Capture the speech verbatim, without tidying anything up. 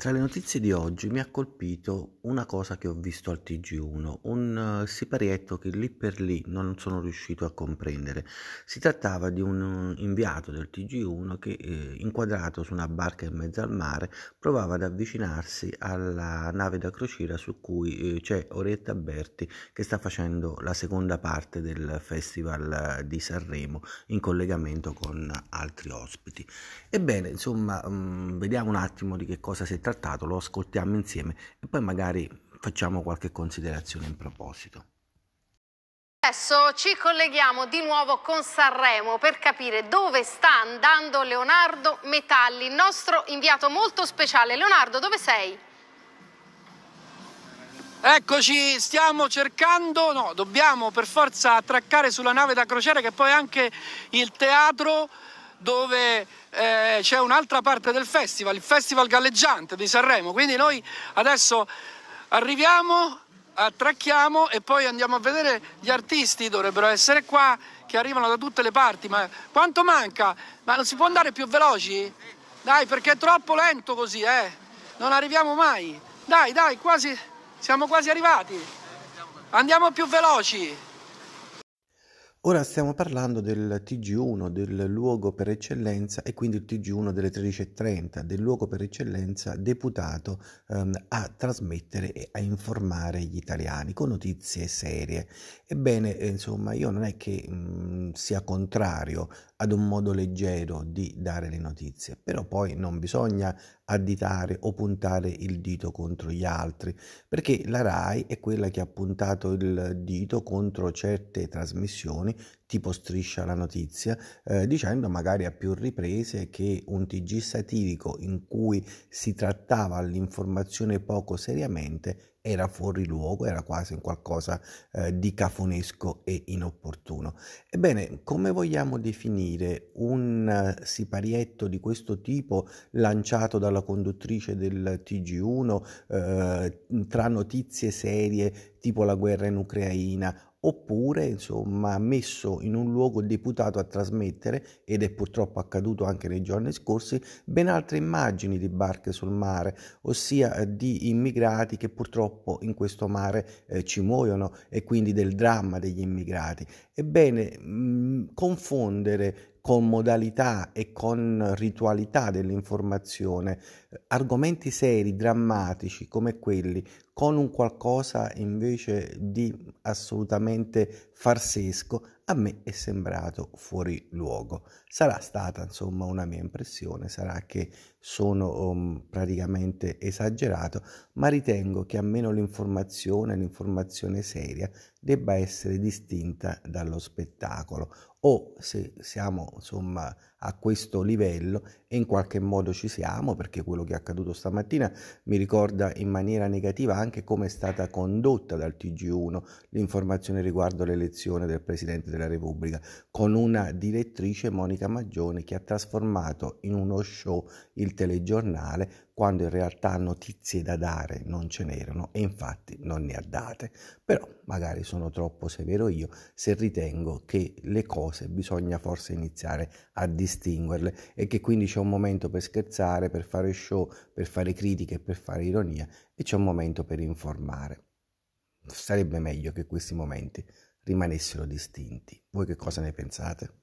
Tra le notizie di oggi mi ha colpito una cosa che ho visto al T G uno, un eh, siparietto che lì per lì non sono riuscito a comprendere. Si trattava di un eh, inviato del T G uno che, eh, inquadrato su una barca in mezzo al mare, provava ad avvicinarsi alla nave da crociera su cui eh, c'è Orietta Berti che sta facendo la seconda parte del Festival eh, di Sanremo in collegamento con altri ospiti. Ebbene, insomma, mm, vediamo un attimo di che cosa si è trattato, lo ascoltiamo insieme e poi magari facciamo qualche considerazione in proposito. Adesso ci colleghiamo di nuovo con Sanremo per capire dove sta andando Leonardo Metalli, il nostro inviato molto speciale. Leonardo, dove sei? Eccoci, stiamo cercando, no, dobbiamo per forza attraccare sulla nave da crociera che poi è anche il teatro dove eh, c'è un'altra parte del festival, il Festival Galleggiante di Sanremo. Quindi noi adesso arriviamo, attracchiamo e poi andiamo a vedere gli artisti, dovrebbero essere qua, che arrivano da tutte le parti. Ma quanto manca? Ma non si può andare più veloci? Dai, perché è troppo lento così, eh? Non arriviamo mai. Dai, dai, quasi, siamo quasi arrivati. Andiamo più veloci. Ora stiamo parlando del T G uno, del luogo per eccellenza, e quindi il T G uno delle tredici e trenta, del luogo per eccellenza deputato ehm, a trasmettere e a informare gli italiani con notizie serie. Ebbene, eh, insomma, io non è che mh, sia contrario ad un modo leggero di dare le notizie, però poi non bisogna additare o puntare il dito contro gli altri, perché la RAI è quella che ha puntato il dito contro certe trasmissioni tipo Striscia la Notizia, eh, dicendo magari a più riprese che un T G satirico in cui si trattava l'informazione poco seriamente era fuori luogo, era quasi un qualcosa eh, di cafonesco e inopportuno. Ebbene, come vogliamo definire un uh, siparietto di questo tipo lanciato dalla conduttrice del T G uno eh, tra notizie serie tipo la guerra in Ucraina, oppure insomma messo in un luogo deputato a trasmettere, ed è purtroppo accaduto anche nei giorni scorsi, ben altre immagini di barche sul mare, ossia eh, di immigrati che purtroppo in questo mare eh, ci muoiono, e quindi del dramma degli immigrati. Ebbene, mh, confondere con modalità e con ritualità dell'informazione eh, argomenti seri, drammatici come quelli, con un qualcosa invece di assolutamente farsesco, a me è sembrato fuori luogo. Sarà stata insomma una mia impressione, sarà che sono um, praticamente esagerato, ma ritengo che almeno l'informazione, l'informazione seria, debba essere distinta dallo spettacolo. O se siamo insomma a questo livello, e in qualche modo ci siamo, perché quello che è accaduto stamattina mi ricorda in maniera negativa anche come è stata condotta dal T G uno l'informazione riguardo l'elezione del Presidente della Repubblica, con una direttrice, Monica Maggioni, che ha trasformato in uno show il telegiornale, quando in realtà notizie da dare non ce n'erano, e infatti non ne ha date. Però magari sono troppo severo io se ritengo che le cose bisogna forse iniziare a distinguerle, e che quindi c'è un momento per scherzare, per fare show, per fare critiche, per fare ironia, e c'è un momento per informare. Sarebbe meglio che questi momenti rimanessero distinti. Voi che cosa ne pensate?